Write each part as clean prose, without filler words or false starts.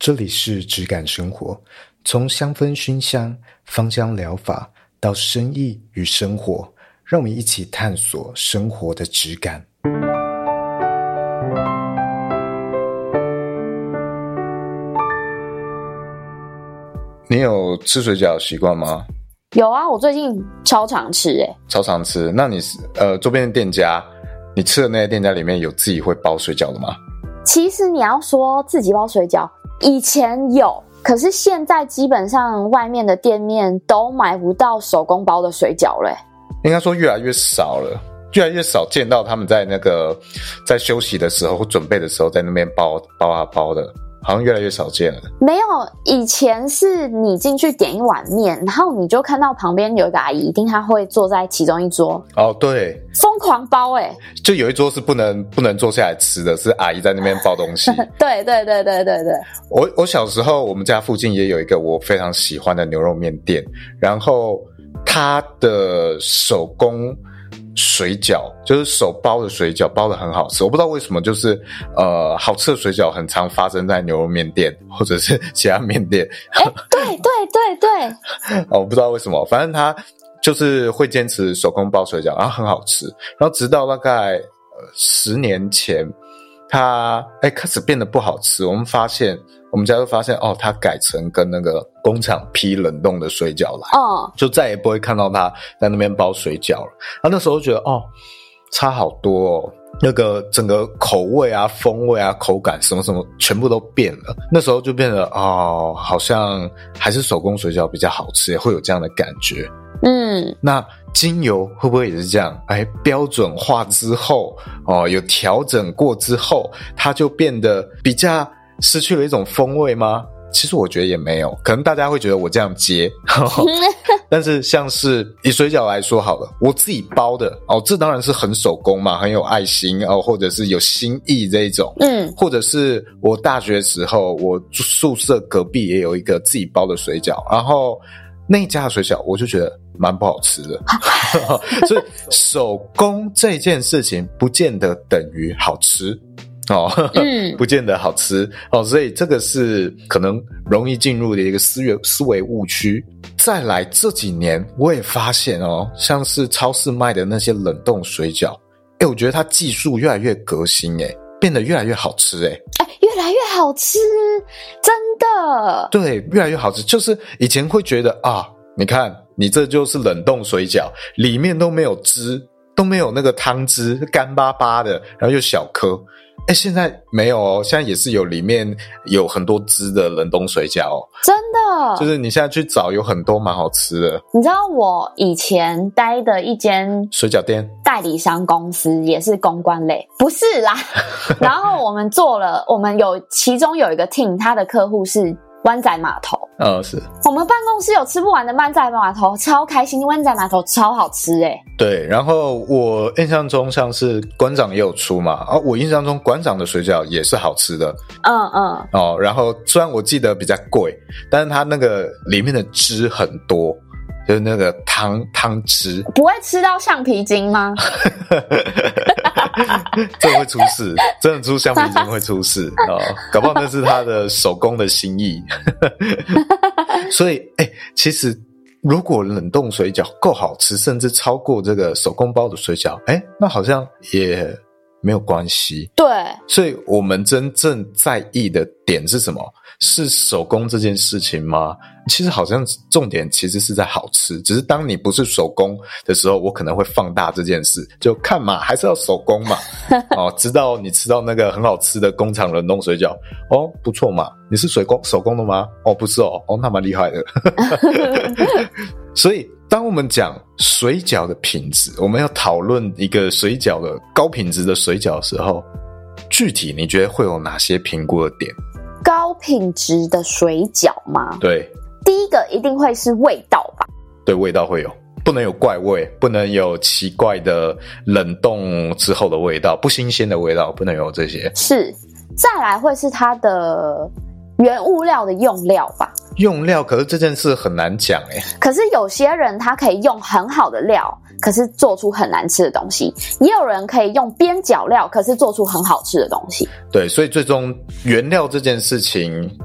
这里是质感生活，从香氛熏香、芳香疗法到生意与生活，让我们一起探索生活的质感。你有吃水饺的习惯吗？ 有啊，我最近超常吃耶。 超常吃。那你周边的店家，你吃的那些店家里面有自己会包水饺的吗？ 其实你要说自己包水饺，以前有，可是现在基本上外面的店面都买不到手工包的水饺了。 应该说越来越少了，越来越少见到他们在休息的时候或准备的时候在那边包的，好像越来越少见了。 没有，以前是你进去点一碗面，然后你就看到旁边有一个阿姨，一定她会坐在其中一桌。 哦，对， 疯狂包耶。 就有一桌是不能坐下来吃的，是阿姨在那边包东西。 对。 我小时候我们家附近也有一个我非常喜欢的牛肉面店，然后它的手工水饺就是手包的水饺，包得很好吃。我不知道为什么，就是好吃的水饺很常发生在牛肉面店或者是其他面店。对。我不知道为什么，反正他就是会坚持手工包水饺，然后很好吃。然后直到大概10年前，它开始变得不好吃。我们家就发现它改成跟那个工厂批冷冻的水饺来，就再也不会看到它在那边包水饺了。那时候觉得差好多哦，那个整个口味啊、风味啊、口感什么什么全部都变了。那时候就变得好像还是手工水饺比较好吃，也会有这样的感觉。那精油会不会也是这样？标准化之后有调整过之后，它就变得比较失去了一种风味吗？其实我觉得也没有，可能大家会觉得我这样接但是像是以水饺来说好了，我自己包的这当然是很手工嘛，很有爱心或者是有心意这一种。或者是我大学时候我宿舍隔壁也有一个自己包的水饺，然后那一家的水饺我就觉得蛮不好吃的所以手工这件事情不见得等于好吃不见得好吃所以这个是可能容易进入的一个思维误区。再来这几年我也发现像是超市卖的那些冷冻水饺，我觉得它技术越来越革新变得越来越好吃越来越好吃，真的。对， 越来越好吃。就是以前会觉得你看你这就是冷冻水饺，里面都没有汁，都没有那个汤汁，干巴巴的，然后又小颗。现在没有现在也是有里面有很多汁的冷冻水饺真的。 就是你现在去找有很多蛮好吃的。 你知道我以前待的一间水饺店代理商公司也是公关类，不是啦然后我们其中有一个 team， 他的客户是湾仔码头。 是我们办公室有吃不完的湾仔码头，超开心。湾仔码头超好吃对，然后我印象中像是馆长也有出嘛，我印象中馆长的水饺也是好吃的。然后虽然我记得比较贵，但是它那个里面的汁很多，就是那个汤汁。不会吃到橡皮筋吗这会出事，真的出橡皮筋会出事搞不好那是他的手工的心意所以其实如果冷冻水饺够好吃，甚至超过这个手工包的水饺那好像也没有关系。 对， 所以我们真正在意的点是什么？是手工这件事情吗？其实好像重点其实是在好吃，只是当你不是手工的时候，我可能会放大这件事，就看嘛，还是要手工嘛直到你吃到那个很好吃的工厂冷冻水饺不错嘛，你是手工的吗？不是那蛮厉害的所以当我们讲水饺的品质，我们要讨论一个水饺的高品质的水饺的时候，具体你觉得会有哪些评估的点？ 高品质的水饺吗？ 对， 第一个一定会是味道吧。 对，味道会有，不能有怪味，不能有奇怪的冷冻之后的味道，不新鲜的味道，不能有这些。 是，再来会是它的原物料的用料吧。 用料，可是这件事很难讲可是有些人他可以用很好的料，可是做出很难吃的东西，也有人可以用边角料，可是做出很好吃的东西。 对，所以最终原料这件事情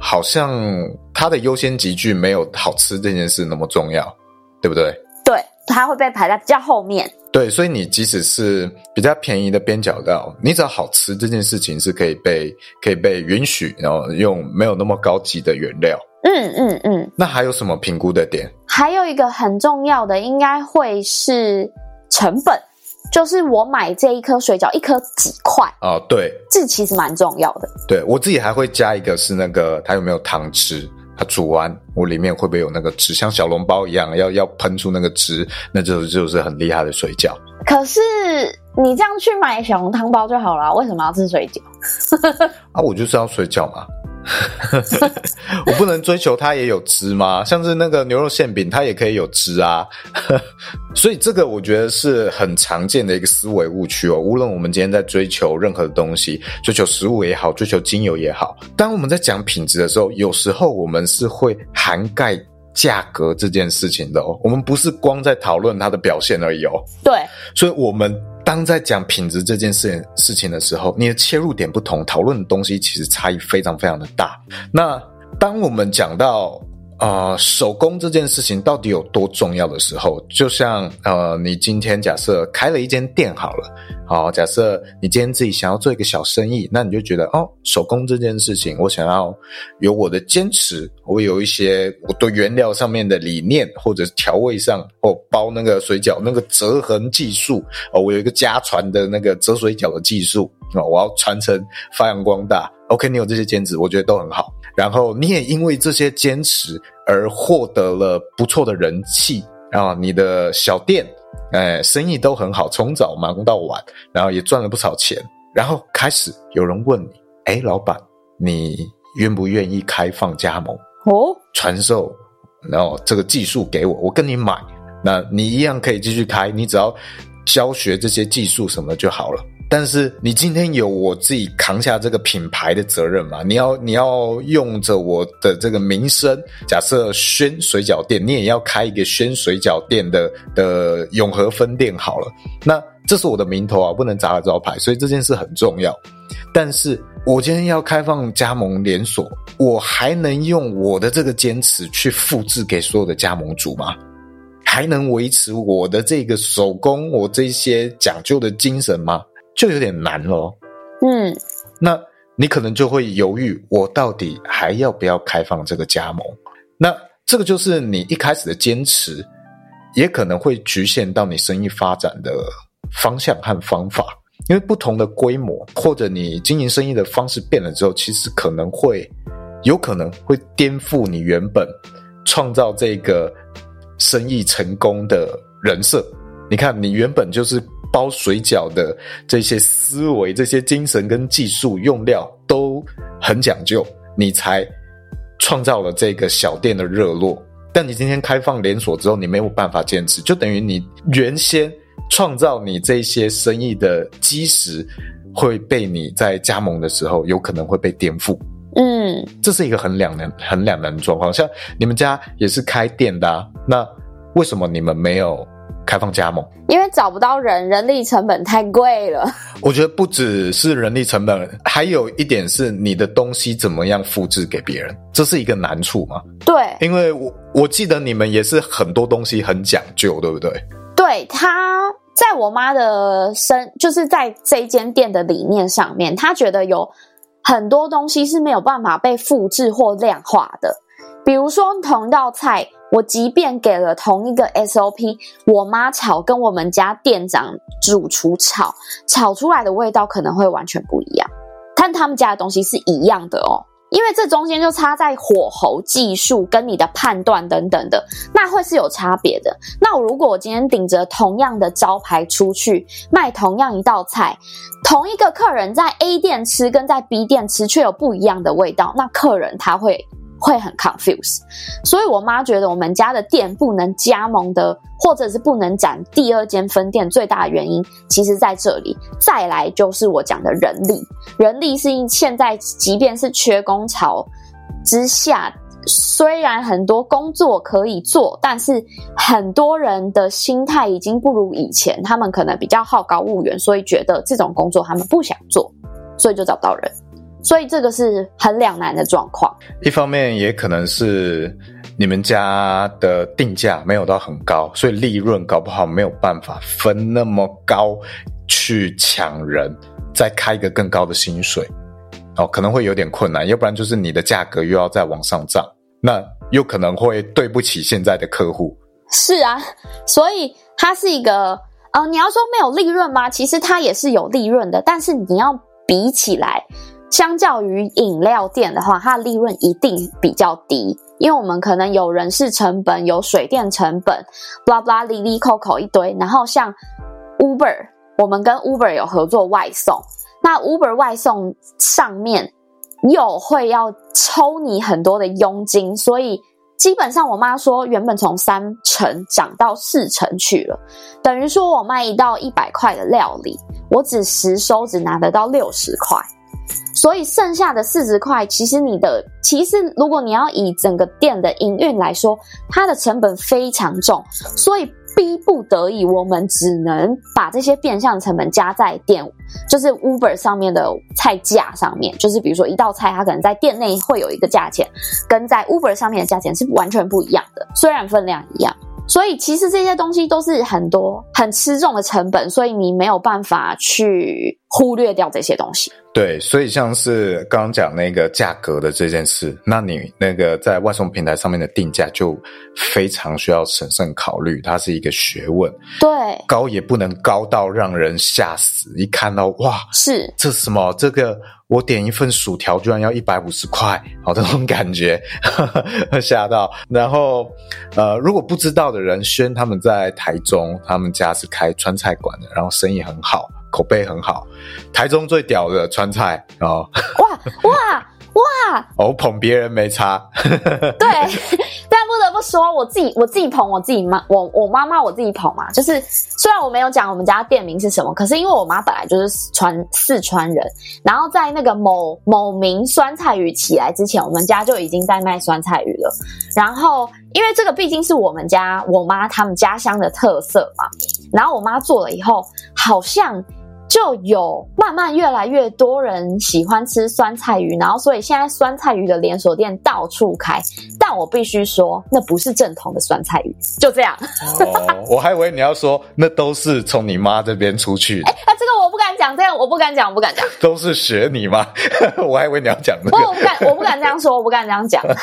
好像它的优先级距没有好吃这件事那么重要，对不对？ 对，它会被排在比较后面。 对，所以你即使是比较便宜的边角料，你只要好吃这件事情是可以被允许，然后用没有那么高级的原料。那还有什么评估的点？ 还有一个很重要的应该会是成本，就是我买这一颗水饺一颗几块哦，对， 这其实蛮重要的。对， 我自己还会加一个是那个它有没有汤汁，它煮完我里面会不会有那个汁，像小笼包一样要喷出那个汁，那就是很厉害的水饺。 可是你这样去买小笼汤包就好了，为什么要吃水饺？ 啊，我就是要水饺嘛。我不能追求它也有汁吗？像是那个牛肉馅饼它也可以有汁啊。所以这个我觉得是很常见的一个思维误区哦。无论我们今天在追求任何的东西，追求食物也好，追求精油也好，当我们在讲品质的时候，有时候我们是会涵盖价格这件事情的哦。我们不是光在讨论它的表现而已哦。 对， 所以我们当在讲品质这件事情的时候，你的切入点不同，讨论的东西其实差异非常非常的大。那当我们讲到手工这件事情到底有多重要的时候，就像你今天假设开了一间店好了，好，假设你今天自己想要做一个小生意，那你就觉得手工这件事情我想要有我的坚持，我有一些我对原料上面的理念，或者是调味上包那个水饺那个折痕技术，我有一个家传的那个折水饺的技术，我要传承发扬光大。 OK， 你有这些坚持我觉得都很好，然后你也因为这些坚持而获得了不错的人气，然后你的小店生意都很好，从早忙到晚，然后也赚了不少钱，然后开始有人问你，老板，你愿不愿意开放加盟传授然后这个技术给我跟你买，那你一样可以继续开，你只要教学这些技术什么就好了。但是你今天有我自己扛下这个品牌的责任嘛，你要用着我的这个名声，假设轩水饺店，你也要开一个轩水饺店的永和分店好了，那这是我的名头啊，不能砸了招牌，所以这件事很重要。但是我今天要开放加盟连锁，我还能用我的这个坚持去复制给所有的加盟主吗？还能维持我的这个手工，我这些讲究的精神吗？就有点难咯。那你可能就会犹豫，我到底还要不要开放这个加盟？那这个就是你一开始的坚持，也可能会局限到你生意发展的方向和方法。因为不同的规模，或者你经营生意的方式变了之后，其实有可能会颠覆你原本创造这个生意成功的人设。你看，你原本就是包水饺的这些思维、这些精神跟技术用料都很讲究，你才创造了这个小店的热络。但你今天开放连锁之后，你没有办法坚持，就等于你原先创造你这些生意的基石会被你在加盟的时候有可能会被颠覆。这是一个很两难的状况。像你们家也是开店的啊，那为什么你们没有开放加盟？ 因为找不到人力成本太贵了。 我觉得不只是人力成本，还有一点是你的东西怎么样复制给别人，这是一个难处嘛。 对， 因为我记得你们也是很多东西很讲究，对不对？ 对，他在我妈的就是在这一间店的理念上面，他觉得有很多东西是没有办法被复制或量化的。比如说同一道菜，我即便给了同一个 SOP， 我妈炒跟我们家店长主厨炒出来的味道可能会完全不一样，但他们家的东西是一样的哦。因为这中间就差在火候技术跟你的判断等等的，那会是有差别的。那如果我今天顶着同样的招牌出去卖同样一道菜，同一个客人在 A 店吃跟在 B 店吃却有不一样的味道，那客人他会很 confuse。 所以我妈觉得我们家的店不能加盟的，或者是不能展第二间分店，最大的原因其实在这里。再来就是我讲的人力是现在即便是缺工潮之下，虽然很多工作可以做，但是很多人的心态已经不如以前，他们可能比较好高骛远，所以觉得这种工作他们不想做，所以就找不到人。 所以这个是很两难的状况。 一方面也可能是你们家的定价没有到很高，所以利润搞不好没有办法分那么高去抢人，再开一个更高的薪水可能会有点困难，要不然就是你的价格又要再往上涨，那又可能会对不起现在的客户。 是啊，所以它是一个你要说没有利润吗？其实它也是有利润的，但是你要比起来，相较于饮料店的话，它的利润一定比较低，因为我们可能有人事成本，有水电成本 blah blah 哩哩扣扣一堆，然后像 Uber， 我们跟 Uber 有合作外送，那 Uber 外送上面又会要抽你很多的佣金，所以基本上我妈说原本从3成涨到4成去了，等于说我卖1道100块的料理，我只实收只拿得到60块，所以剩下的40块其实如果你要以整个店的营运来说，它的成本非常重，所以逼不得已我们只能把这些变相成本加在店，就是 Uber 上面的菜价上面，就是比如说一道菜它可能在店内会有一个价钱，跟在 Uber 上面的价钱是完全不一样的，虽然分量一样，所以其实这些东西都是很多很吃重的成本，所以你没有办法去忽略掉这些东西。 对，所以像是刚刚讲那个价格的这件事，那你那个在外送平台上面的定价就非常需要审慎考虑，它是一个学问。 对， 高也不能高到让人吓死，一看到哇， 是这什么，这个我点一份薯条居然要150块，这种感觉吓到。然后如果不知道的人，轩他们在台中，他们家是开川菜馆的，然后生意很好，口碑很好，台中最屌的川菜哇我捧别人没差对，但不得不说我自己捧我自己我妈妈我自己捧嘛，就是虽然我没有讲我们家店名是什么，可是因为我妈本来就是四川人，然后在那个某名酸菜鱼起来之前，我们家就已经在卖酸菜鱼了，然后因为这个毕竟是我妈他们家乡的特色嘛，然后我妈做了以后，好像就有慢慢越来越多人喜欢吃酸菜鱼，然后所以现在酸菜鱼的连锁店到处开，但我必须说那不是正统的酸菜鱼，就这样我还以为你要说那都是从你妈这边出去的这个我不敢讲，这样我不敢讲都是学你吗我还以为你要讲这个我不敢这样说，我不敢这样讲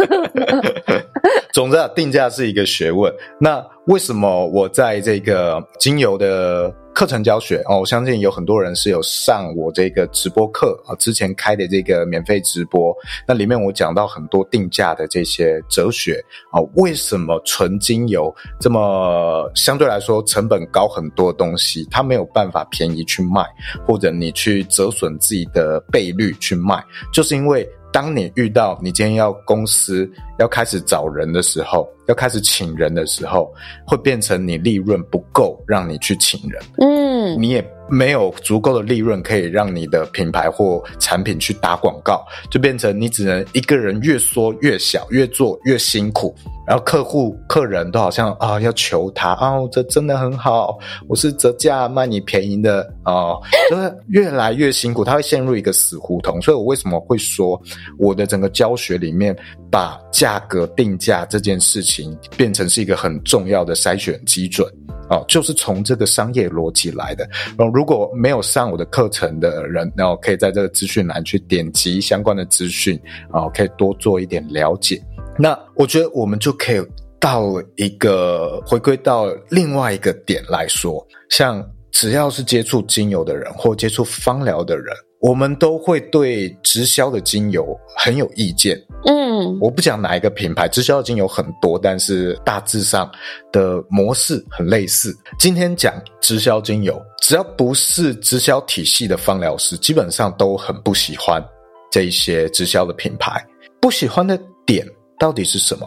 总之定价是一个学问。那为什么我在这个精油的课程教学我相信有很多人是有上我这个直播课之前开的这个免费直播，那里面我讲到很多定价的这些哲学为什么纯精油这么相对来说成本高很多的东西它没有办法便宜去卖，或者你去折损自己的倍率去卖，就是因为当你遇到你今天要公司要开始找人的时候，要开始请人的时候，会变成你利润不够让你去请人，你也没有足够的利润可以让你的品牌或产品去打广告，就变成你只能一个人越缩越小，越做越辛苦，然后客人都好像要求他这真的很好，我是折价卖你便宜的就是越来越辛苦，他会陷入一个死胡同。所以我为什么会说我的整个教学里面把价格定价这件事情变成是一个很重要的筛选基准就是从这个商业逻辑来的。如果没有上我的课程的人，然后可以在这个资讯栏去点击相关的资讯可以多做一点了解。那我觉得我们就可以回归到另外一个点来说，像只要是接触精油的人或接触芳疗的人，我们都会对直销的精油很有意见。我不讲哪一个品牌，直销的精油很多，但是大致上的模式很类似。今天讲直销精油，只要不是直销体系的芳疗师，基本上都很不喜欢这一些直销的品牌。不喜欢的点到底是什么？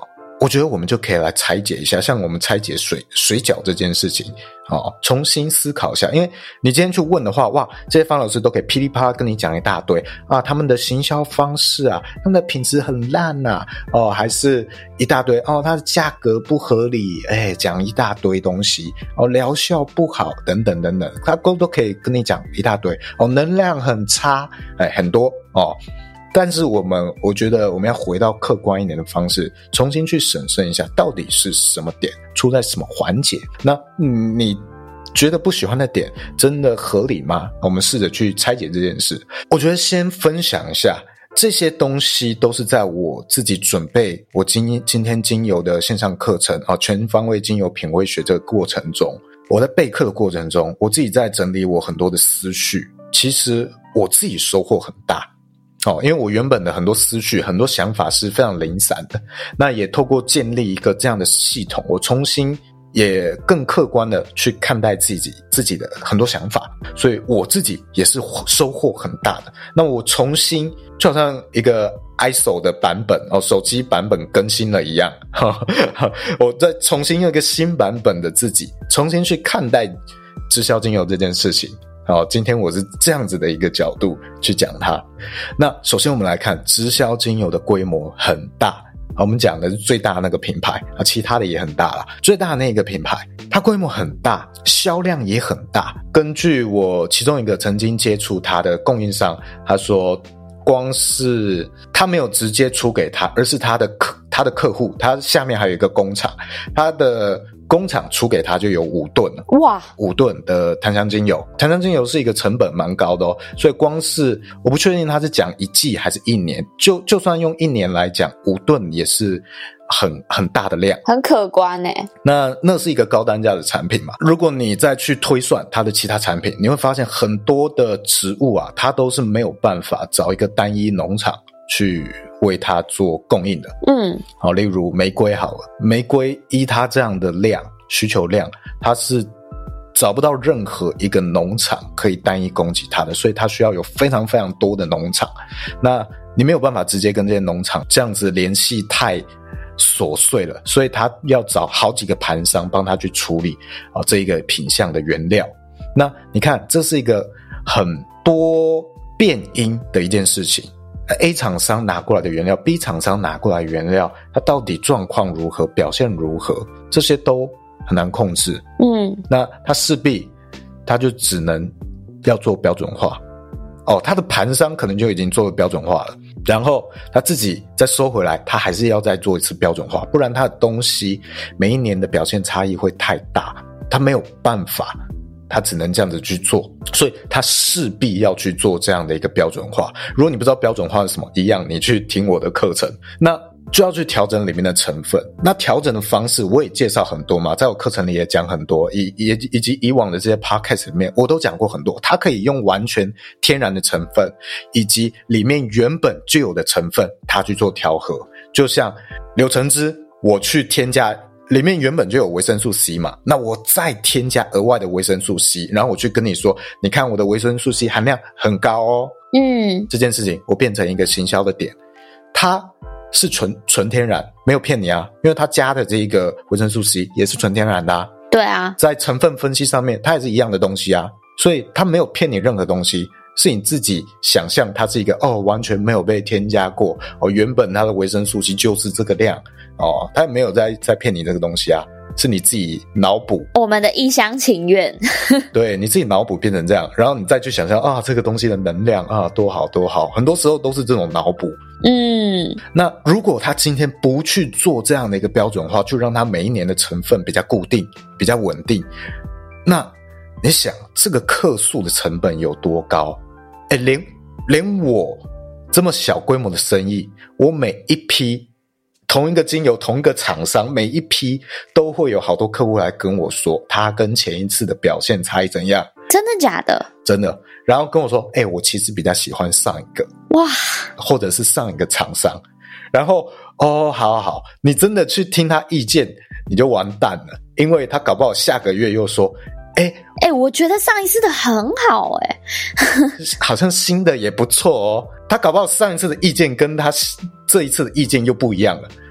我觉得我们就可以来拆解一下，像我们拆解水饺这件事情，重新思考一下。因为你今天去问的话，哇，这些方老师都可以噼里啪啦跟你讲一大堆啊，他们的行销方式啊，他们的品质很烂啊，还是一大堆它的价格不合理，讲一大堆东西疗效不好等等等等，他都可以跟你讲一大堆能量很差，很多但是我觉得我们要回到客观一点的方式，重新去审慎一下，到底是什么点出在什么环节。那你觉得不喜欢的点真的合理吗？我们试着去拆解这件事。我觉得先分享一下，这些东西都是在我自己准备我今天精油的线上课程全方位精油品味学这个过程中，我在备课的过程中，我自己在整理我很多的思绪，其实我自己收获很大因为我原本的很多思绪很多想法是非常零散的，那也透过建立一个这样的系统，我重新也更客观的去看待自己的很多想法，所以我自己也是收获很大的。那我重新就好像一个 ISO 的版本手机版本更新了一样我再重新用一个新版本的自己重新去看待直销精油这件事情。今天我是这样子的一个角度去讲它。那首先我们来看直销精油的规模很大，我们讲的是最大的那个品牌其他的也很大啦，最大的那个品牌它规模很大，销量也很大。根据我其中一个曾经接触它的供应商，他说光是他没有直接出给他，而是他的客户，他下面还有一个工厂，他的工厂出给他就有5吨了。哇，5吨的檀香精油。檀香精油是一个成本蛮高的所以光是我不确定他是讲1季还是1年，就算用1年来讲，5吨也是很大的量， 很可观那是一个高单价的产品嘛。如果你再去推算它的其他产品，你会发现很多的植物它都是没有办法找一个单一农场去为它做供应的。例如玫瑰好了，玫瑰依它这样的量需求量，它是找不到任何一个农场可以单一供给它的，所以它需要有非常非常多的农场。那你没有办法直接跟这些农场这样子联系，太琐碎了，所以他要找好几个盘商帮他去处理这一个品项的原料。那你看这是一个很多变因的一件事情， A 厂商拿过来的原料 B 厂商拿过来的原料，它到底状况如何表现如何，这些都很难控制。那它势必它就只能要做标准化它的盘商可能就已经做了标准化了，然后他自己再收回来，他还是要再做一次标准化，不然他的东西每一年的表现差异会太大，他没有办法，他只能这样子去做，所以他势必要去做这样的一个标准化。如果你不知道标准化是什么，一样你去听我的课程，那就要去调整里面的成分。那调整的方式我也介绍很多嘛，在我课程里也讲很多，以及以往的这些 podcast 里面我都讲过很多，它可以用完全天然的成分以及里面原本就有的成分它去做调和。就像柳橙汁，我去添加里面原本就有维生素 C 嘛，那我再添加额外的维生素 C， 然后我去跟你说，你看我的维生素 C 含量很高这件事情我变成一个行销的点，它是纯天然，没有骗你因为它加的这个维生素 C 也是纯天然的对啊， 在成分分析上面它也是一样的东西所以它没有骗你任何东西，是你自己想象它是一个完全没有被添加过原本它的维生素 C 就是这个量它也没有在骗你这个东西是你自己脑补， 我们的一厢情愿对，你自己脑补变成这样，然后你再去想象这个东西的能量多好多好，很多时候都是这种脑补。那如果他今天不去做这样的一个标准化，就让他每一年的成分比较固定比较稳定，那你想这个克数的成本有多高？连我这么小规模的生意，我每一批同一个精油同一个厂商，每一批都会有好多客户来跟我说他跟前一次的表现差异怎样。 真的假的？ 真的，然后跟我说我其实比较喜欢上一个，哇，或者是上一个厂商，然后好，你真的去听他意见你就完蛋了，因为他搞不好下个月又说我觉得上一次的很好好像新的也不错他搞不好上一次的意见跟他这一次的意见又不一样了，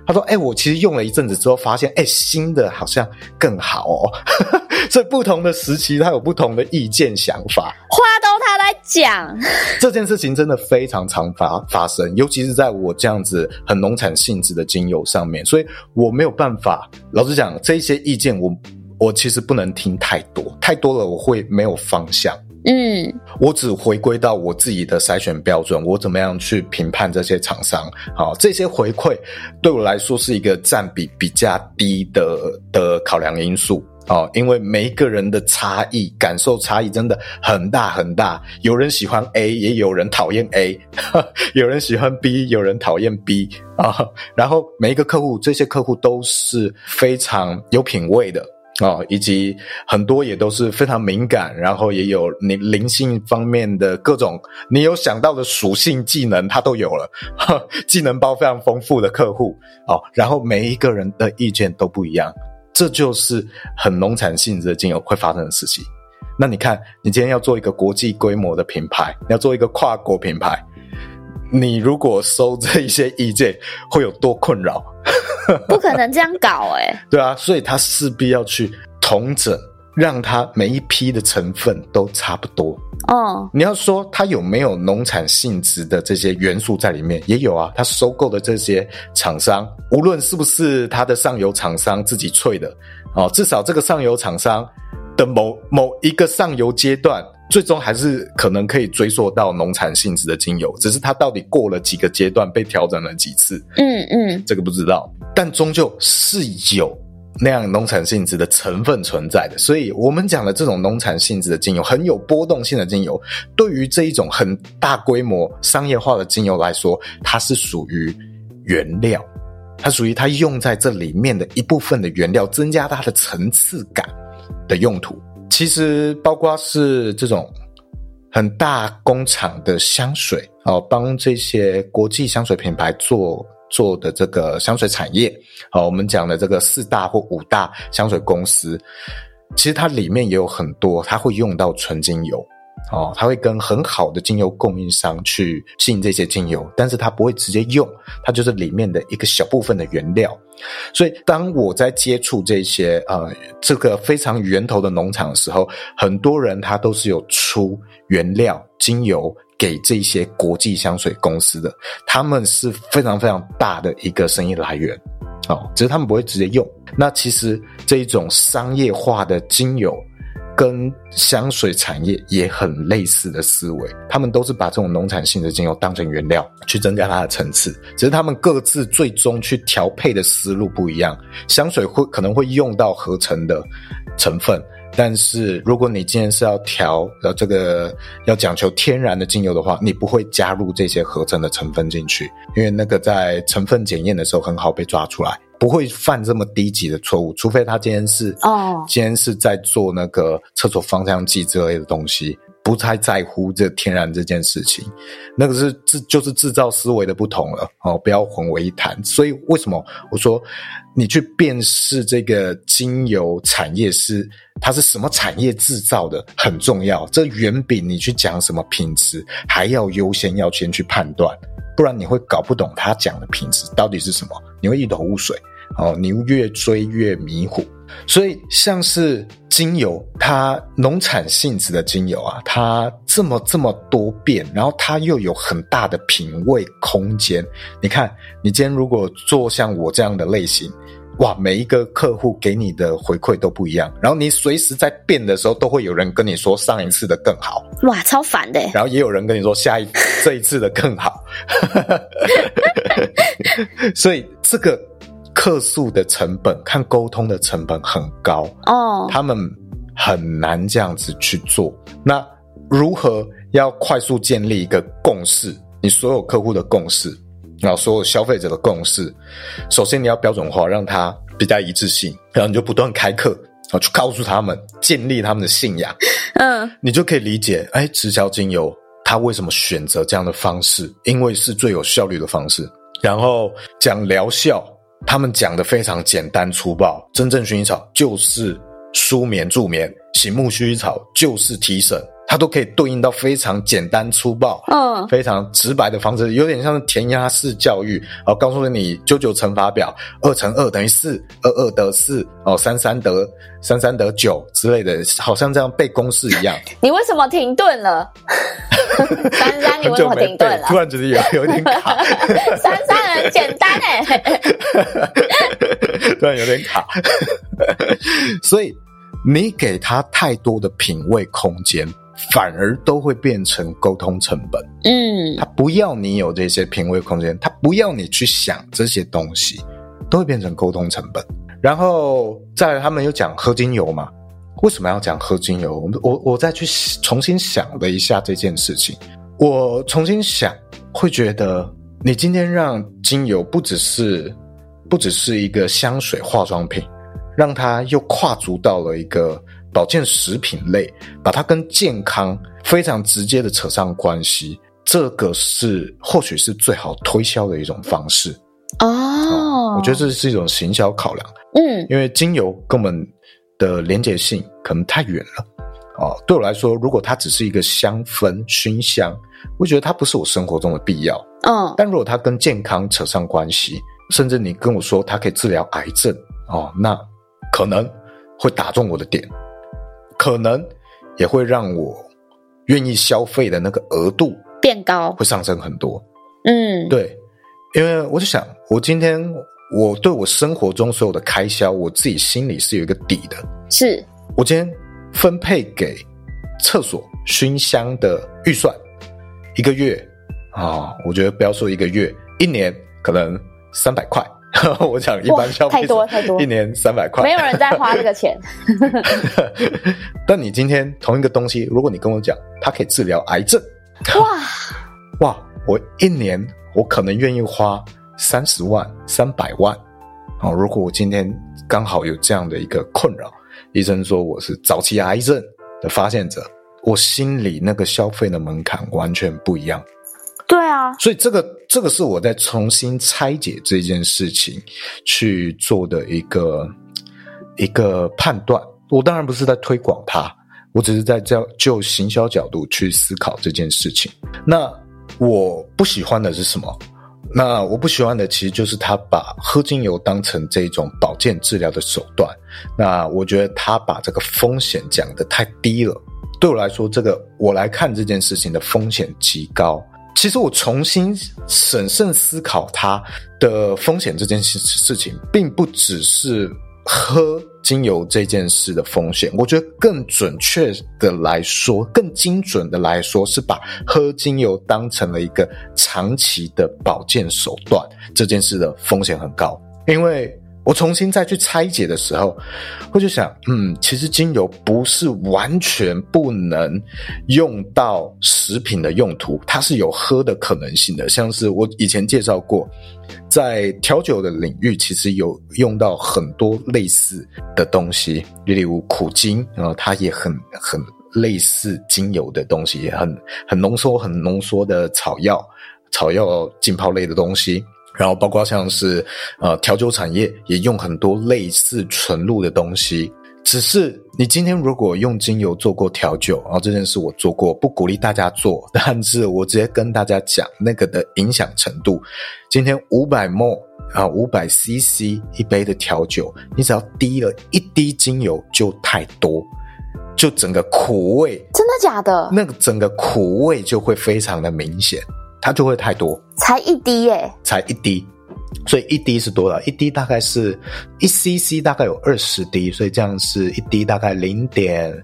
他说我其实用了一阵子之后发现新的好像更好哦。所以不同的时期他有不同的意见想法， 话都他在讲。 这件事情真的非常常发生，尤其是在我这样子很农产性质的精油上面，所以我没有办法，老实讲这一些意见我其实不能听太多了我会没有方向。我只回归到我自己的筛选标准，我怎么样去评判这些厂商。好，这些回馈对我来说是一个占比比较低的考量因素。因为每一个人的差异感受差异真的很大很大，有人喜欢 A 也有人讨厌 A 有人喜欢 B 有人讨厌 B 然后每一个客户，这些客户都是非常有品味的以及很多也都是非常敏感，然后也有你灵性方面的各种你有想到的属性技能他都有了技能包非常丰富的客户然后每一个人的意见都不一样，这就是很农产性质的精油会发生的事情。那你看你今天要做一个国际规模的品牌，你要做一个跨国品牌，你如果收这一些意见会有多困扰不可能这样搞对啊，所以他势必要去统整，让它每一批的成分都差不多。你要说它有没有农产性质的这些元素在里面，也有啊。他收购的这些厂商，无论是不是他的上游厂商自己萃的至少这个上游厂商的某一个上游阶段最终还是可能可以追溯到农产性质的精油，只是它到底过了几个阶段被调整了几次这个不知道，但终究是有那样农产性质的成分存在的。所以我们讲的这种农产性质的精油，很有波动性的精油，对于这一种很大规模商业化的精油来说，它是属于原料，它属于它用在这里面的一部分的原料，增加它的层次感的用途。其实包括是这种很大工厂的香水帮这些国际香水品牌做的这个香水产业我们讲的这个4大或5大香水公司，其实它里面也有很多它会用到纯精油它会跟很好的精油供应商去进这些精油，但是它不会直接用，它就是里面的一个小部分的原料。所以当我在接触这些这个非常源头的农场的时候，很多人他都是有出原料精油给这些国际香水公司的，他们是非常非常大的一个生意来源只是他们不会直接用。那其实这一种商业化的精油跟香水产业也很类似的思维，他们都是把这种农产性的精油当成原料去增加它的层次，只是他们各自最终去调配的思路不一样。香水可能会用到合成的成分，但是如果你今天是要调这个要讲求天然的精油的话，你不会加入这些合成的成分进去，因为那个在成分检验的时候很好被抓出来，不会犯这么低级的错误，除非他今天是在做那个厕所芳香剂之类的东西，不太在乎这天然这件事情，那个就是制造思维的不同了不要混为一谈。所以为什么我说你去辨识这个精油产业它是什么产业制造的很重要，这远比你去讲什么品质还要优先要先去判断，不然你会搞不懂他讲的品质到底是什么，你会一头雾水你越追越迷糊。所以像是精油，它农产性质的精油它这么多变，然后它又有很大的品味空间。你看你今天如果做像我这样的类型，哇，每一个客户给你的回馈都不一样，然后你随时在变的时候都会有人跟你说上一次的更好， 哇，超烦的。然后也有人跟你说这一次的更好所以这个客诉的成本和沟通的成本很高他们很难这样子去做。那如何要快速建立一个共识，你所有客户的共识，然后所有消费者的共识，首先你要标准化，让它比较一致性，然后你就不断开课去告诉他们，建立他们的信仰你就可以理解直销精油它为什么选择这样的方式，因为是最有效率的方式。然后讲疗效，他们讲的非常简单粗暴，真正薰衣草就是舒眠助眠，醒目薰衣草就是提神， 它都可以对应到非常简单粗暴非常直白的方式，有点像是填鸭式教育告诉你99乘法表2乘2等于4 22得433得9之类的，好像这样背公式一样。 你为什么停顿了？33你为什么停顿了？ 突然觉得有点卡 33很简单突然有点卡所以你给他太多的品味空间，反而都会变成沟通成本。他不要你有这些品味空间，他不要你去想这些东西，都会变成沟通成本。然后再来他们又讲喝精油嘛，为什么要讲喝精油？我再去重新想了一下这件事情，我重新想会觉得你今天让精油不只是一个香水化妆品，让它又跨足到了一个保健食品类，把它跟健康非常直接的扯上关系，这个是或许是最好推销的一种方式我觉得这是一种行销考量。因为精油跟我们的连结性可能太远了对我来说，如果它只是一个香氛熏香，我觉得它不是我生活中的必要但如果它跟健康扯上关系，甚至你跟我说它可以治疗癌症那可能会打中我的点，可能也会让我愿意消费的那个额度变高， 会上升很多对，因为我就想我今天我对我生活中所有的开销，我自己心里是有一个底的， 是我今天分配给厕所熏香的预算一个月我觉得不要说一个月，1年可能300块我想一般消费者太多 1年300块， 没有人在花这个钱但你今天同一个东西，如果你跟我讲它可以治疗癌症，哇我1年我可能愿意花30万300万如果我今天刚好有这样的一个困扰，医生说我是早期癌症的发现者，我心里那个消费的门槛完全不一样。 对啊， 所以这个是我在重新拆解这件事情去做的一个判断。我当然不是在推广它，我只是在就行销角度去思考这件事情。那我不喜欢的是什么？那我不喜欢的其实就是他把喝精油当成这种保健治疗的手段，那我觉得他把这个风险讲得太低了。对我来说，我来看这件事情的风险极高。其实我重新审慎思考它的风险这件事情，并不只是喝精油这件事的风险，我觉得更准确的来说，更精准的来说，是把喝精油当成了一个长期的保健手段，这件事的风险很高。因为我重新再去拆解的时候，我就想其实精油不是完全不能用到食品的用途，它是有喝的可能性的。像是我以前介绍过，在调酒的领域其实有用到很多类似的东西，例如苦精它也很类似精油的东西，很浓缩的草药浸泡类的东西。然后包括像是调酒产业也用很多类似纯露的东西。只是你今天如果用精油做过调酒，这件事我做过，不鼓励大家做，但是我直接跟大家讲那个的影响程度。今天500ml 500cc 一杯的调酒，你只要滴了一滴精油就太多，就整个苦味， 真的假的？ 那个整个苦味就会非常的明显，它就会太多。 才一滴耶？才一滴。所以一滴是多少？一滴大概是1cc 大概有20滴，所以这样是一滴大概 0.05cc。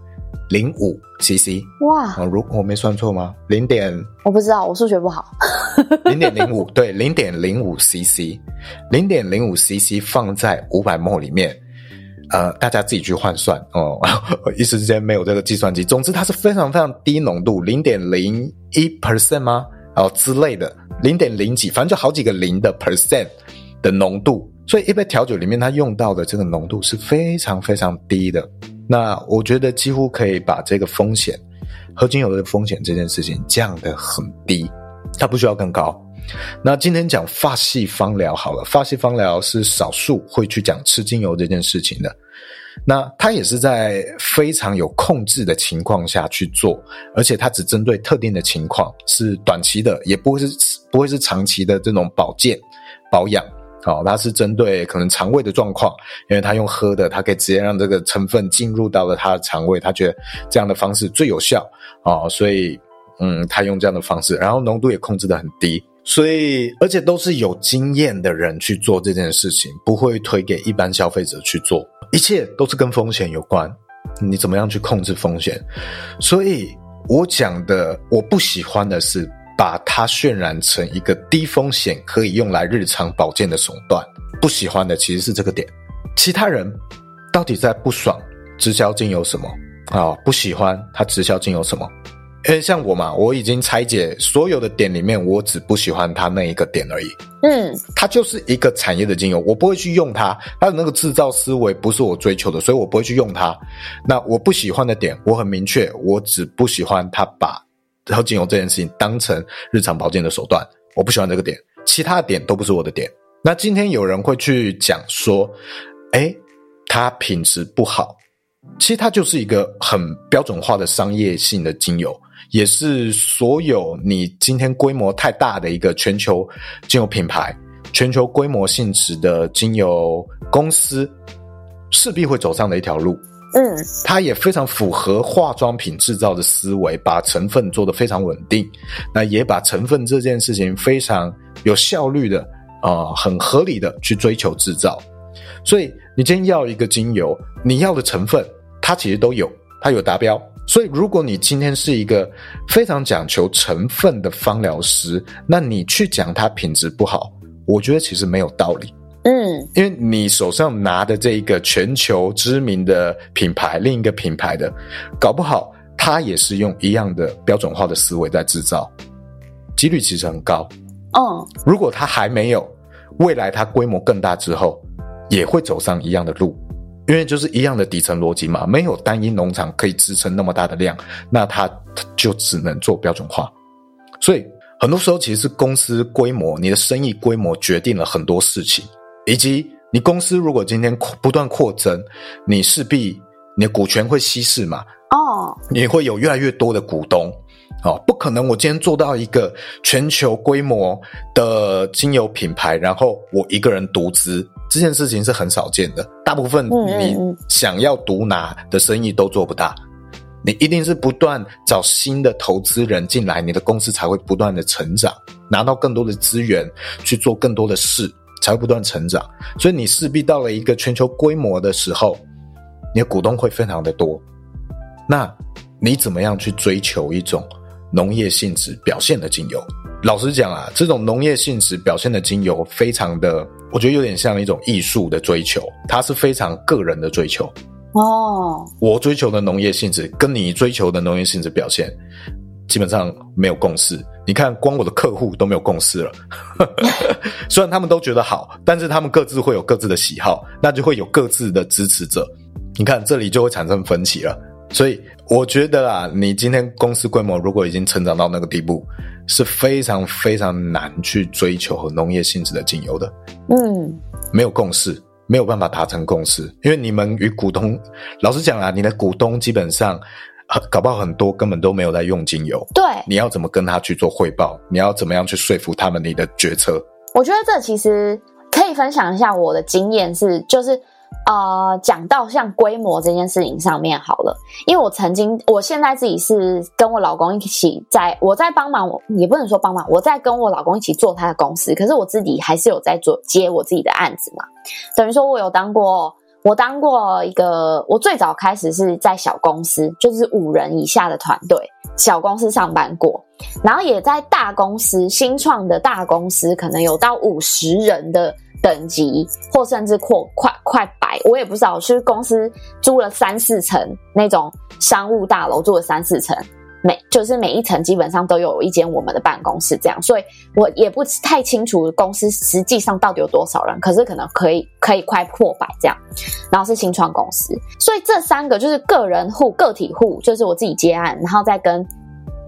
哇， 如果我没算错吗？ 我不知道，我数学不好。 0.05 对 0.05cc 0.05cc 放在500ml 里面，大家自己去换算一时之间没有这个计算机。总之它是非常非常低浓度， 0.01% 吗？之类的，0.0几，反正就好几个0的 percent 的浓度，所以一杯调酒里面它用到的这个浓度是非常非常低的。那我觉得几乎可以把这个风险，喝精油的风险这件事情降得很低，它不需要更高。那今天讲法系芳疗好了，法系芳疗是少数会去讲吃精油这件事情的。 那他也是在非常有控制的情况下去做，而且他只针对特定的情况，是短期的，也不会是长期的这种保健保养。它是针对可能肠胃的状况，因为他用喝的，他可以直接让这个成分进入到了他的肠胃，他觉得这样的方式最有效所以他用这样的方式，然后浓度也控制得很低，所以而且都是有经验的人去做这件事情，不会推给一般消费者去做，一切都是跟风险有关，你怎么样去控制风险。所以我讲的我不喜欢的是把它渲染成一个低风险可以用来日常保健的手段，不喜欢的其实是这个点。其他人到底在不爽直销精油什么不喜欢他直销精油什么，因为像我嘛，我已经拆解所有的点里面，我只不喜欢它那一个点而已。它就是一个产业的精油，我不会去用它，它的那个制造思维不是我追求的，所以我不会去用它。那我不喜欢的点我很明确，我只不喜欢它把喝精油这件事情当成日常保健的手段，我不喜欢这个点，其他的点都不是我的点。那今天有人会去讲说它品质不好，其实它就是一个很标准化的商业性的精油，也是所有你今天规模太大的一个全球精油品牌，全球规模性质的精油公司势必会走上的一条路。它也非常符合化妆品制造的思维，把成分做得非常稳定，那也把成分这件事情非常有效率的很合理的去追求制造。所以你今天要一个精油，你要的成分它其实都有，它有达标。所以如果你今天是一个非常讲求成分的芳疗师，那你去讲它品质不好，我觉得其实没有道理。因为你手上拿的这一个全球知名的品牌，另一个品牌的，搞不好它也是用一样的标准化的思维在制造，几率其实很高。如果它还没有，未来它规模更大之后也会走上一样的路，因为就是一样的底层逻辑嘛，没有单一农场可以支撑那么大的量，那它就只能做标准化。所以很多时候其实是公司规模，你的生意规模决定了很多事情，以及你公司如果今天不断扩增，你势必你的股权会稀释嘛，你会有越来越多的股东，不可能我今天做到一个全球规模的精油品牌，然后我一个人独资，这件事情是很少见的，大部分你想要独拿的生意都做不大，你一定是不断找新的投资人进来，你的公司才会不断的成长，拿到更多的资源去做更多的事，才会不断成长。所以你势必到了一个全球规模的时候，你的股东会非常的多，那你怎么样去追求一种农业性质表现的精油？老实讲这种农业性质表现的精油非常的，我觉得有点像一种艺术的追求，它是非常个人的追求。我追求的农业性质跟你追求的农业性质表现基本上没有共识，你看光我的客户都没有共识了虽然他们都觉得好，但是他们各自会有各自的喜好，那就会有各自的支持者，你看这里就会产生分歧了。所以我觉得你今天公司规模如果已经成长到那个地步，是非常非常难去追求农业性质的精油的。没有共识，没有办法达成共识，因为你们与股东，老实讲你的股东基本上搞不好很多根本都没有在用精油，对，你要怎么跟他去做汇报，你要怎么样去说服他们你的决策。 我觉得这其实可以分享一下我的经验是，就是讲到像规模这件事情上面好了，因为我现在自己是跟我老公一起我在帮忙，也不能说帮忙，我在跟我老公一起做他的公司，可是我自己还是有在接我自己的案子嘛，等于说我当过一个，我最早开始是在小公司，就是5人以下的团队，小公司上班过，然后也在大公司，新创的大公司可能有到50人的等级，或甚至快100，我也不知道，是公司租了3-4层那种商务大楼，租了3-4层，就是每一层基本上都有一间我们的办公室这样，所以我也不太清楚公司实际上到底有多少人，可是可能可以快破100这样，然后是新创公司，所以这3个就是个人户、个体户，就是我自己接案，然后再跟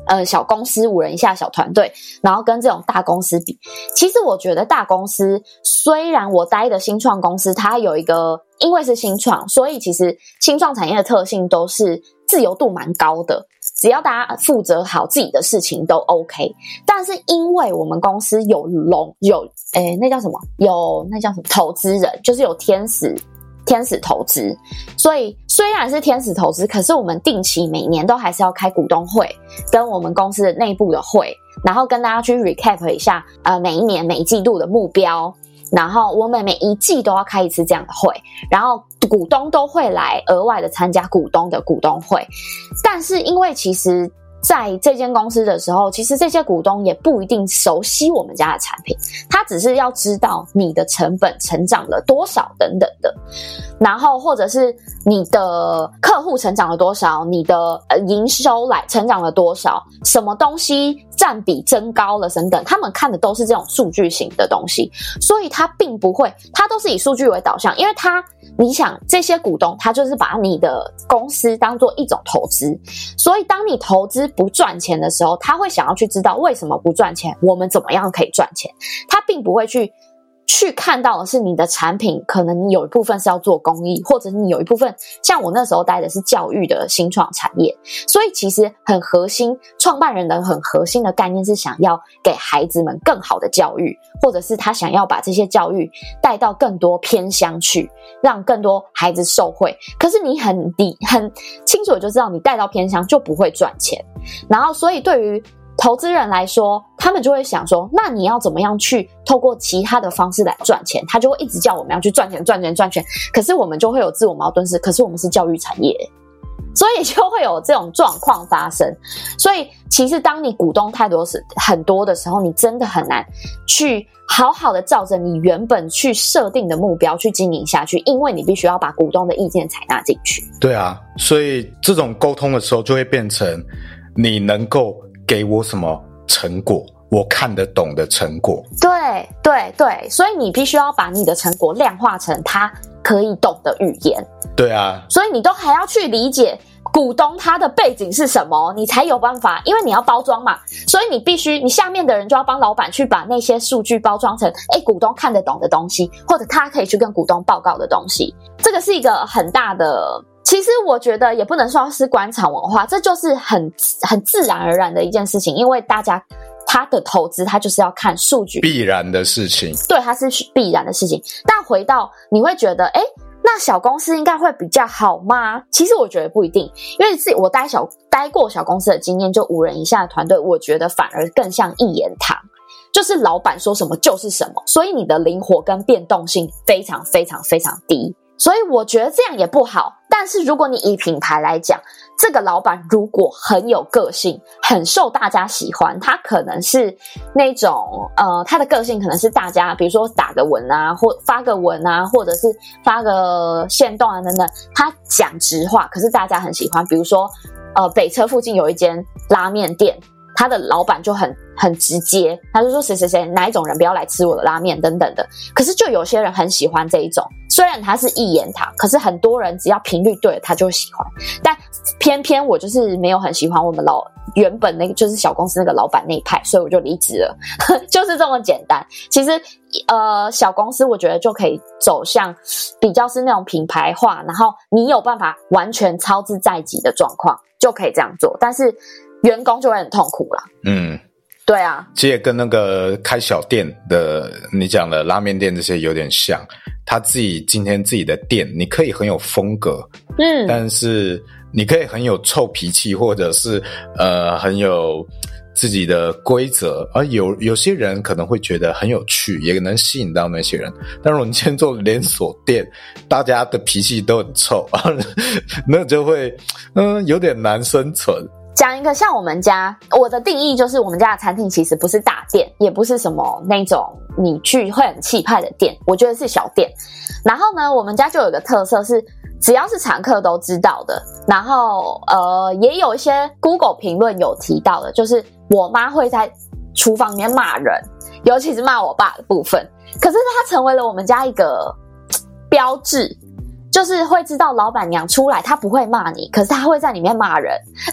小公司5人以下小团队，然后跟这种大公司比，其实我觉得大公司虽然我待的新创公司它有一个，因为是新创，所以其实新创产业的特性都是自由度蛮高的，只要大家负责好自己的事情都 OK。但是因为我们公司有那叫什么投资人，就是有天使投资，所以虽然是天使投资，可是我们定期每年都还是要开股东会，跟我们公司的内部的会，然后跟大家去 recap 一下每一年每一季度的目标，然后我们每一季都要开一次这样的会，然后股东都会来额外的参加股东的股东会。但是因为其实在这间公司的时候，其实这些股东也不一定熟悉我们家的产品，他只是要知道你的成本成长了多少等等的，然后或者是你的客户成长了多少，你的营收成长了多少，什么东西占比增高了等等，他们看的都是这种数据型的东西，所以他并不会，他都是以数据为导向，因为你想这些股东他就是把你的公司当作一种投资，所以当你投资不赚钱的时候，他会想要去知道为什么不赚钱，我们怎么样可以赚钱，他并不会去看到的是你的产品可能你有一部分是要做公益，或者是你有一部分像我那时候待的是教育的新创产业，所以其实很核心，创办人的很核心的概念是想要给孩子们更好的教育，或者是他想要把这些教育带到更多偏乡去，让更多孩子受惠。可是你很清楚的就知道你带到偏乡就不会赚钱，然后所以对于投资人来说，他们就会想说，那你要怎么样去透过其他的方式来赚钱，他就会一直叫我们要去赚钱，可是我们就会有自我矛盾是，可是我们是教育产业，所以就会有这种状况发生。所以其实当你股东太多很多的时候，你真的很难去好好的照着你原本去设定的目标去经营下去，因为你必须要把股东的意见采纳进去。 对啊，所以这种沟通的时候就会变成你能够给我什么成果，我看得懂的成果。 对，所以你必须要把你的成果量化成他可以懂的语言。 对啊， 所以你都还要去理解股东他的背景是什么，你才有办法，因为你要包装嘛，所以你下面的人就要帮老板去把那些数据包装成股东看得懂的东西，或者他可以去跟股东报告的东西。这个是一个很大的，其实我觉得也不能说是官场文化，这就是很自然而然的一件事情，因为大家他的投资他就是要看数据， 必然的事情。 对，它是必然的事情。但回到你会觉得那小公司应该会比较好吗？其实我觉得不一定，因为我待过小公司的经验，就5人以下的团队，我觉得反而更像一言堂，就是老板说什么就是什么，所以你的灵活跟变动性非常非常非常低，所以我觉得这样也不好。但是如果你以品牌来讲，这个老板如果很有个性，很受大家喜欢，他可能是那种他的个性可能是大家比如说打个文啊，或发个文啊，或者是发个限动啊等等，他讲直话，可是大家很喜欢。比如说北车附近有一间拉面店，他的老板就很直接，他就说谁哪一种人不要来吃我的拉面等等的。可是就有些人很喜欢这一种，虽然他是一言堂，可是很多人只要频率对了他就会喜欢。但偏偏我就是没有很喜欢我们原本那个就是小公司那个老板那一派，所以我就离职了就是这么简单。其实小公司我觉得就可以走向比较是那种品牌化，然后你有办法完全操之在己的状况就可以这样做，但是员工就会很痛苦啦。对啊， 其实也跟那个开小店的你讲的拉面店这些有点像，他今天自己的店你可以很有风格，但是你可以很有臭脾气，或者是很有自己的规则，而有些人可能会觉得很有趣，也能吸引到那些人。但如果你今天做连锁店，大家的脾气都很臭那就会有点难生存。 讲一个像我们家，我的定义就是我们家的餐厅其实不是大店，也不是什么那种你去会很气派的店，我觉得是小店。然后呢，我们家就有一个特色是只要是常客都知道的，然后也有一些 Google 评论有提到的，就是我妈会在厨房里面骂人，尤其是骂我爸的部分。可是它成为了我们家一个标志，就是会知道老板娘出来她不会骂你，可是她会在里面骂人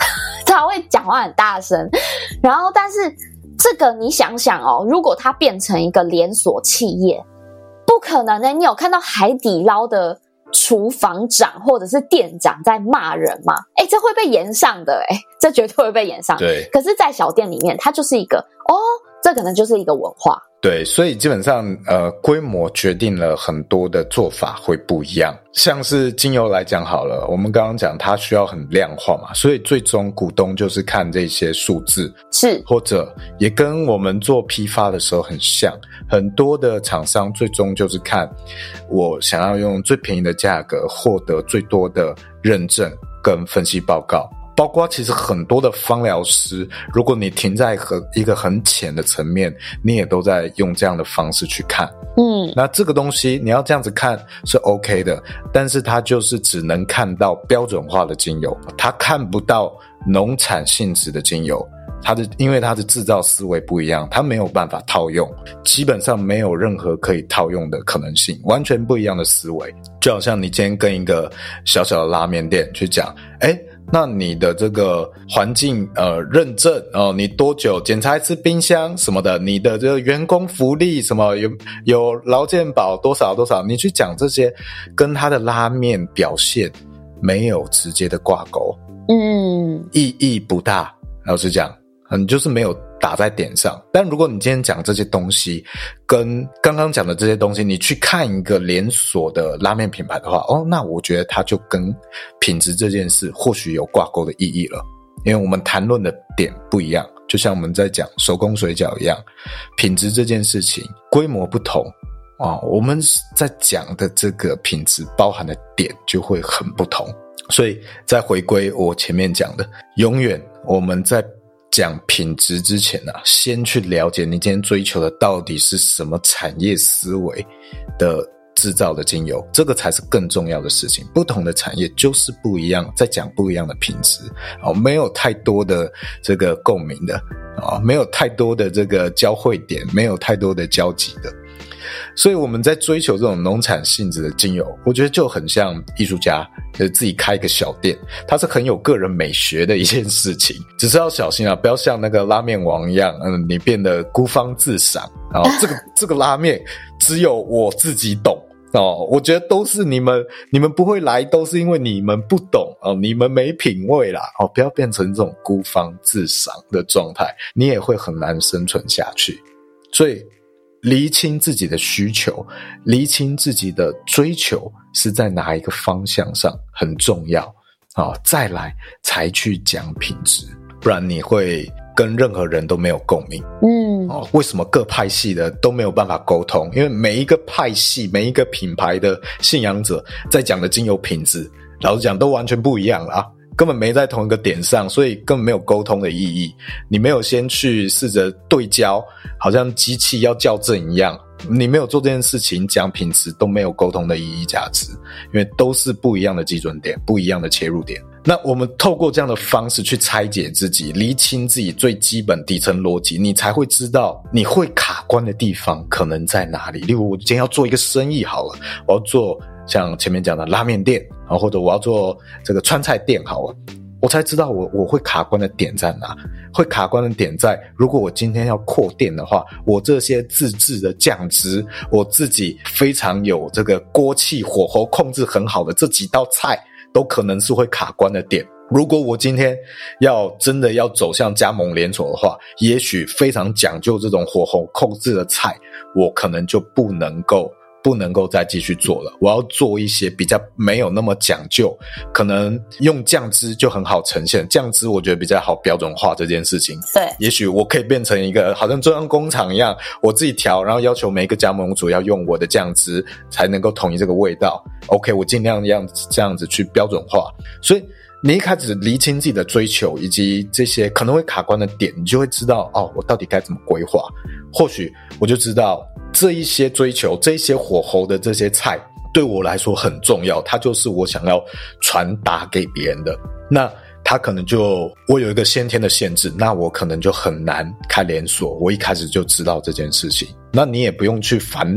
他会讲话很大声，然后但是这个你想想哦，如果它变成一个连锁企业，不可能呢。你有看到海底捞的厨房长或者是店长在骂人吗？这会被延上的，这绝对会被延上。 对， 可是在小店里面它就是一个这可能就是一个文化。 对，所以基本上规模决定了很多的做法会不一样。像是精油来讲好了，我们刚刚讲它需要很量化嘛，所以最终股东就是看这些数字， 是， 或者也跟我们做批发的时候很像，很多的厂商最终就是看我想要用最便宜的价格获得最多的认证跟分析报告。包括其实很多的芳疗师，如果你停在一个很浅的层面，你也都在用这样的方式去看。那这个东西你要这样子看是 OK 的，但是它就是只能看到标准化的精油，它看不到农产性质的精油。因为它的制造思维不一样，它没有办法套用，基本上没有任何可以套用的可能性，完全不一样的思维。就好像你今天跟一个小小的拉面店去讲，那你的这个环境认证你多久检查一次冰箱什么的，你的这个员工福利什么有劳健保多少多少，你去讲这些跟他的拉面表现没有直接的挂钩，意义不大。老实讲，你就是没有打在点上。但如果你今天讲这些东西跟刚刚讲的这些东西，你去看一个连锁的拉面品牌的话，那我觉得它就跟品质这件事或许有挂钩的意义了。因为我们谈论的点不一样，就像我们在讲手工水饺一样，品质这件事情规模不同我们在讲的这个品质包含的点就会很不同。所以再回归我前面讲的，永远我们在讲品质之前先去了解你今天追求的到底是什么产业思维的制造的精油，这个才是更重要的事情。不同的产业就是不一样，在讲不一样的品质没有太多的这个共鸣的没有太多的这个交汇点，没有太多的交集的。所以我们在追求这种农产性质的精油，我觉得就很像艺术家就是自己开一个小店，它是很有个人美学的一件事情。只是要小心不要像那个拉面王一样你变得孤芳自赏这个拉面只有我自己懂我觉得都是你们不会来，都是因为你们不懂你们没品味啦不要变成这种孤芳自赏的状态，你也会很难生存下去。所以厘清自己的需求，厘清自己的追求是在哪一个方向上很重要再来才去讲品质，不然你会跟任何人都没有共鸣。为什么各派系的都没有办法沟通？因为每一个派系每一个品牌的信仰者在讲的精油品质，老实讲都完全不一样啦，根本没在同一个点上，所以根本没有沟通的意义。你没有先去试着对焦，好像机器要校正一样，你没有做这件事情，讲品质都没有沟通的意义价值，因为都是不一样的基准点，不一样的切入点。那我们透过这样的方式去拆解自己，厘清自己最基本底层逻辑，你才会知道你会卡关的地方可能在哪里。例如我今天要做一个生意好了，我要做像前面讲的拉面店或者我要做这个川菜店好了，我才知道我会卡关的点在哪。会卡关的点在，如果我今天要扩店的话，我这些自制的酱汁，我自己非常有这个锅气火候控制很好的这几道菜，都可能是会卡关的点。如果我今天真的要走向加盟连锁的话，也许非常讲究这种火候控制的菜，我可能就不能够再继续做了。我要做一些比较没有那么讲究，可能用酱汁就很好呈现，酱汁我觉得比较好标准化这件事情。 对， 也许我可以变成一个好像中央工厂一样，我自己调，然后要求每一个加盟主要用我的酱汁才能够统一这个味道。 OK， 我尽量这样子去标准化。所以你一开始厘清自己的追求以及这些可能会卡关的点，你就会知道我到底该怎么规划。或许我就知道这一些追求，这一些火候的这些菜对我来说很重要，它就是我想要传达给别人的。那它可能我有一个先天的限制，那我可能就很难开连锁，我一开始就知道这件事情。那你也不用去烦恼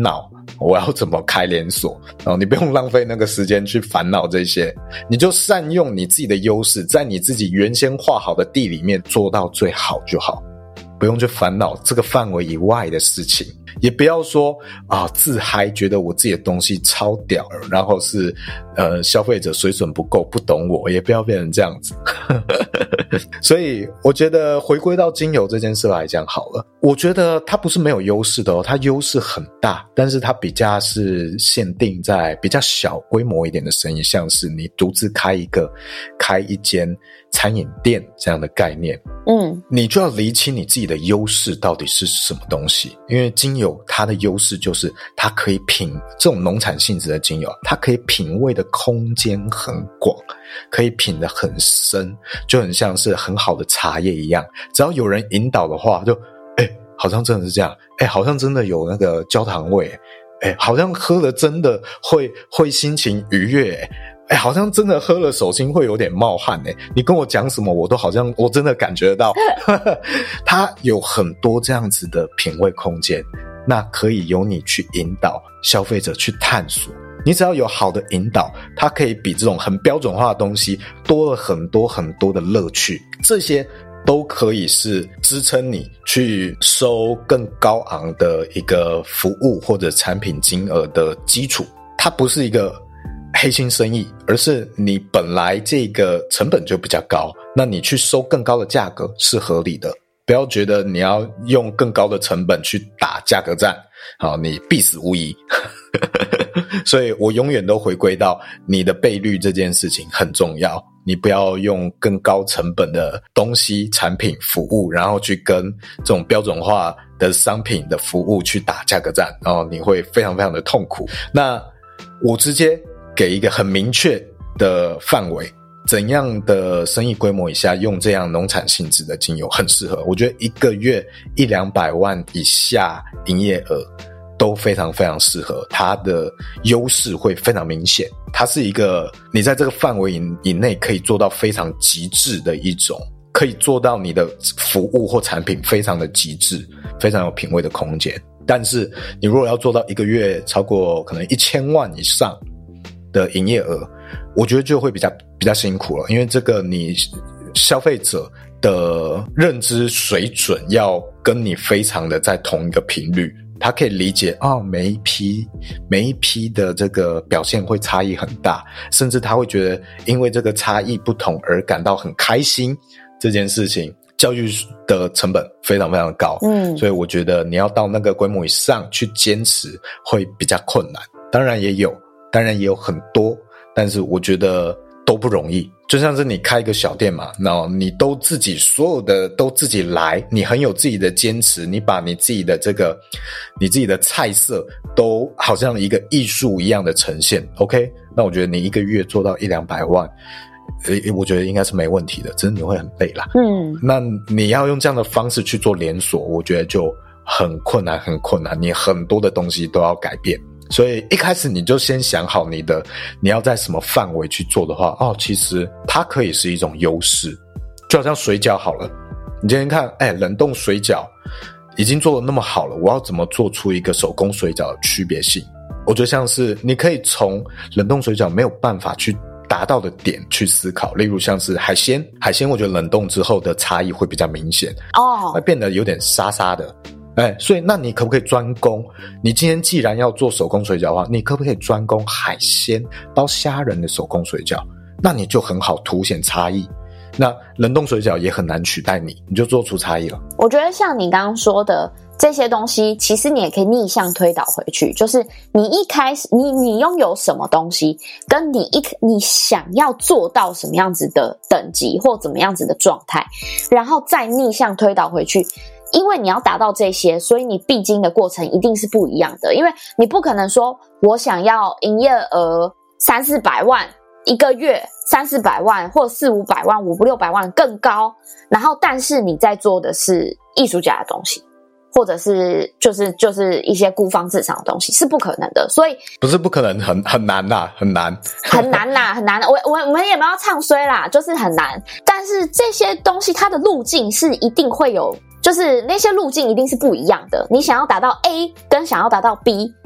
我要怎么开连锁，然后你不用浪费那个时间去烦恼这些，你就善用你自己的优势，在你自己原先画好的地里面做到最好就好，不用去烦恼这个范围以外的事情，也不要说自嗨，觉得我自己的东西超屌，然后是消费者水准不够，不懂我，也不要变成这样子。所以我觉得回归到精油这件事来讲好了，我觉得它不是没有优势的它优势很大，但是它比较是限定在比较小规模一点的生意，像是你独自开一间餐饮店这样的概念，你就要厘清你自己的优势到底是什么东西。因为精油它的优势就是它可以这种农产性质的精油，它可以品味的空间很广，可以品得很深，就很像是很好的茶叶一样，只要有人引导的话，就好像真的是这样，好像真的有那个焦糖味，好像喝了真的会心情愉悦，好像真的喝了手心会有点冒汗，你跟我讲什么我都好像我真的感觉到它有很多这样子的品味空间，那可以由你去引导消费者去探索。你只要有好的引导，它可以比这种很标准化的东西多了很多很多的乐趣，这些都可以是支撑你去收更高昂的一个服务或者产品金额的基础。它不是一个黑心生意，而是你本来这个成本就比较高，那你去收更高的价格是合理的，不要觉得你要用更高的成本去打价格战，好，你必死无疑。所以我永远都回归到你的倍率这件事情很重要，你不要用更高成本的东西、产品、服务，然后去跟这种标准化的商品的服务去打价格战，然后你会非常非常的痛苦。那我直接给一个很明确的范围，怎样的生意规模以下用这样农产性质的精油很适合，我觉得一个月100-200万以下营业额都非常非常适合，它的优势会非常明显，它是一个你在这个范围以内可以做到非常极致的一种，可以做到你的服务或产品非常的极致，非常有品味的空间。但是你如果要做到一个月超过可能1000万以上的营业额，我觉得就会比较辛苦了，因为这个你消费者的认知水准要跟你非常的在同一个频率，他可以理解每一批的这个表现会差异很大，甚至他会觉得因为这个差异不同而感到很开心，这件事情教育的成本非常非常高，所以我觉得你要到那个规模以上去坚持会比较困难，当然也有很多，但是我觉得都不容易。就像是你开一个小店嘛，那你都自己所有的都自己来，你很有自己的坚持，你把你自己的你自己的菜色都好像一个艺术一样的呈现 OK， 那我觉得你一个月做到100-200万我觉得应该是没问题的，只是你会很累啦。那你要用这样的方式去做连锁，我觉得就很困难，你很多的东西都要改变。所以一开始你就先想好你要在什么范围去做的话，其实它可以是一种优势。就好像水饺好了，你今天看冷冻水饺已经做得那么好了，我要怎么做出一个手工水饺的区别性？我觉得像是你可以从冷冻水饺没有办法去达到的点去思考，例如像是海鲜我觉得冷冻之后的差异会比较明显会变得有点沙沙的所以那你可不可以专攻，你今天既然要做手工水饺的话，你可不可以专攻海鲜包虾仁的手工水饺，那你就很好凸显差异，那冷冻水饺也很难取代你就做出差异了。 我觉得像你刚刚说的这些东西，其实你也可以逆向推导回去，就是你一开始你拥有什么东西，跟你想要做到什么样子的等级或怎么样子的状态，然后再逆向推导回去。因为你要达到这些，所以你必经的过程一定是不一样的，因为你不可能说我想要营业额300-400万一个月，300-400万或400-500万500-600万更高，然后但是你在做的是艺术家的东西，或者是就是一些孤芳自赏的东西，是不可能的。所以不是不可能，很难啦，很难啦，很难。我们也没有唱衰啦，就是很难。但是这些东西它的路径是一定会有，就是那些路径一定是不一样的。你想要达到 A 跟想要达到 B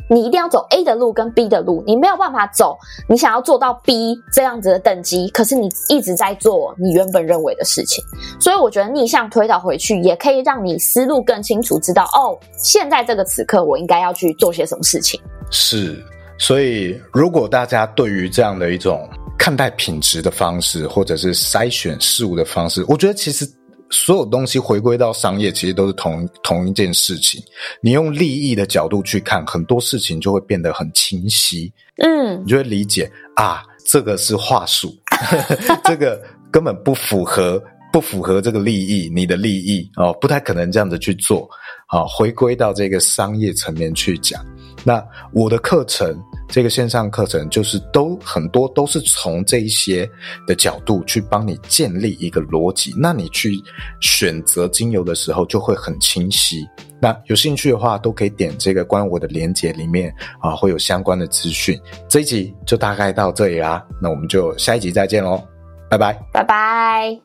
你一定要走 A 的路跟 B 的路，你没有办法走你想要做到 B 这样子的等级，可是你一直在做你原本认为的事情。所以我觉得逆向推导回去也可以让你思路更清楚，知道现在这个此刻我应该要去做些什么事情。 是，所以如果大家对于这样的一种看待品质的方式，或者是筛选事物的方式，我觉得其实所有东西回归到商业其实都是同一件事情。你用利益的角度去看，很多事情就会变得很清晰。你就会理解这个是话术这个根本不符合这个利益，你的利益不太可能这样子去做。回归到这个商业层面去讲，那我的课程，这个线上课程就是很多都是从这一些的角度去帮你建立一个逻辑，那你去选择精油的时候就会很清晰。那有兴趣的话都可以点这个关于我的连结里面会有相关的资讯。这一集就大概到这里啦，那我们就下一集再见咯，拜拜。 拜拜。